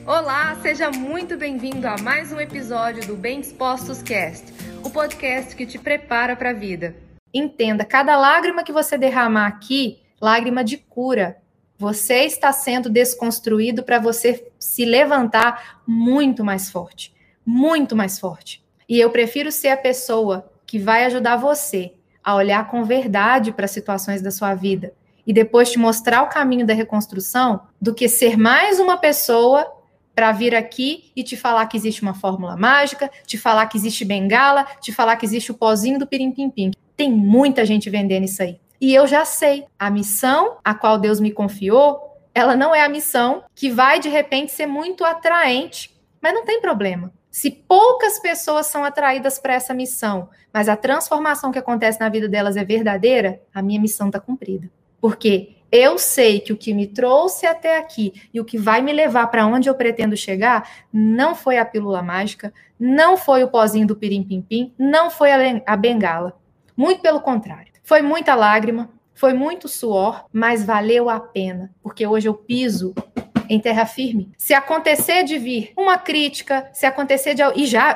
Olá, seja muito bem-vindo a mais um episódio do Bem Dispostos Cast, o podcast que te prepara para a vida. Entenda, cada lágrima que você derramar aqui, lágrima de cura. Você está sendo desconstruído para você se levantar muito mais forte, muito mais forte. E eu prefiro ser a pessoa que vai ajudar você a olhar com verdade para as situações da sua vida e depois te mostrar o caminho da reconstrução, do que ser mais uma pessoa para vir aqui e te falar que existe uma fórmula mágica, te falar que existe bengala, te falar que existe o pozinho do pirim-pim-pim. Tem muita gente vendendo isso aí. E eu já sei, a missão a qual Deus me confiou, ela não é a missão que vai, de repente, ser muito atraente. Mas não tem problema. Se poucas pessoas são atraídas para essa missão, mas a transformação que acontece na vida delas é verdadeira, a minha missão está cumprida. Porque eu sei que o que me trouxe até aqui e o que vai me levar para onde eu pretendo chegar não foi a pílula mágica, não foi o pozinho do pirim-pim-pim, não foi a bengala. Muito pelo contrário. Foi muita lágrima, foi muito suor, mas valeu a pena, porque hoje eu piso em terra firme. Se acontecer de vir uma crítica, se acontecer de...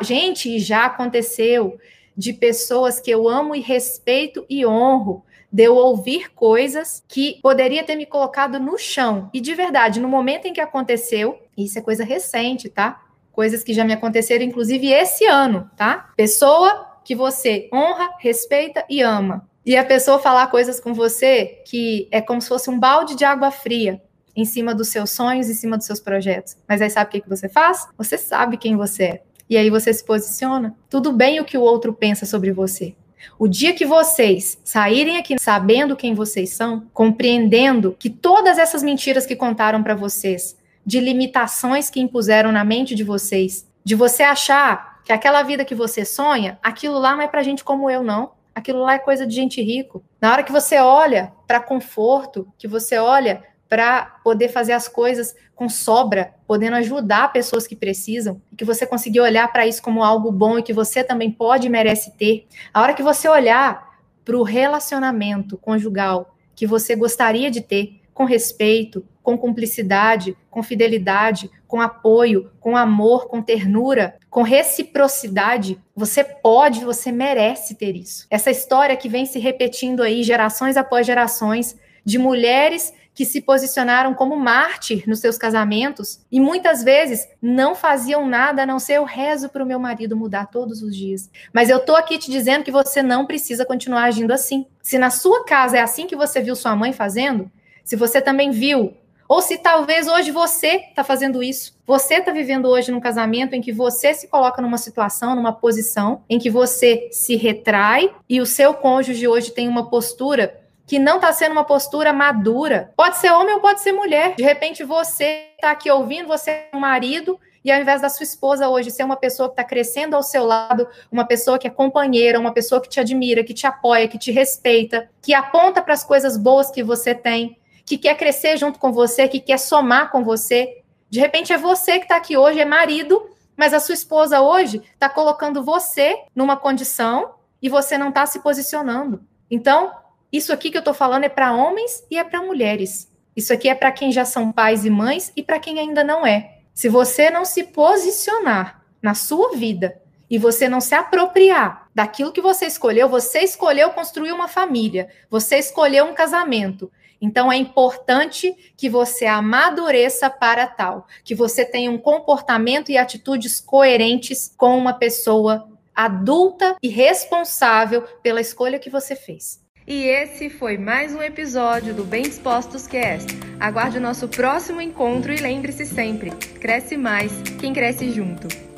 E já aconteceu de pessoas que eu amo e respeito e honro, de eu ouvir coisas que poderia ter me colocado no chão. E de verdade, no momento em que aconteceu, isso é coisa recente, tá? Coisas que já me aconteceram, inclusive, esse ano, tá? Pessoa que você honra, respeita e ama. E a pessoa falar coisas com você que é como se fosse um balde de água fria em cima dos seus sonhos, em cima dos seus projetos. Mas aí sabe o que você faz? Você sabe quem você é. E aí você se posiciona. Tudo bem o que o outro pensa sobre você. O dia que vocês saírem aqui sabendo quem vocês são, compreendendo que todas essas mentiras que contaram para vocês, de limitações que impuseram na mente de vocês, de você achar que aquela vida que você sonha, aquilo lá não é pra gente como eu, não. Aquilo lá é coisa de gente rico. Na hora que você olha para conforto, que você olha para poder fazer as coisas com sobra, podendo ajudar pessoas que precisam, e que você conseguir olhar para isso como algo bom e que você também pode e merece ter. A hora que você olhar para o relacionamento conjugal que você gostaria de ter, com respeito, com cumplicidade, com fidelidade, com apoio, com amor, com ternura, com reciprocidade, você pode, você merece ter isso. Essa história que vem se repetindo aí, gerações após gerações, de mulheres que se posicionaram como mártir nos seus casamentos e muitas vezes não faziam nada a não ser eu rezo para o meu marido mudar todos os dias. Mas eu tô aqui te dizendo que você não precisa continuar agindo assim. Se na sua casa é assim que você viu sua mãe fazendo, se você também viu, ou se talvez hoje você está fazendo isso, você está vivendo hoje num casamento em que você se coloca numa situação, numa posição em que você se retrai e o seu cônjuge hoje tem uma postura que não está sendo uma postura madura. Pode ser homem ou pode ser mulher. De repente você está aqui ouvindo, você é um marido, e ao invés da sua esposa hoje ser uma pessoa que está crescendo ao seu lado, uma pessoa que é companheira, uma pessoa que te admira, que te apoia, que te respeita, que aponta para as coisas boas que você tem, que quer crescer junto com você, que quer somar com você. De repente é você que está aqui hoje, é marido, mas a sua esposa hoje está colocando você numa condição e você não está se posicionando. Então, isso aqui que eu estou falando é para homens e é para mulheres. Isso aqui é para quem já são pais e mães e para quem ainda não é. Se você não se posicionar na sua vida e você não se apropriar daquilo que você escolheu construir uma família, você escolheu um casamento. Então é importante que você amadureça para tal, que você tenha um comportamento e atitudes coerentes com uma pessoa adulta e responsável pela escolha que você fez. E esse foi mais um episódio do Bem Dispostos Cast. Aguarde o nosso próximo encontro e lembre-se sempre, cresce mais quem cresce junto.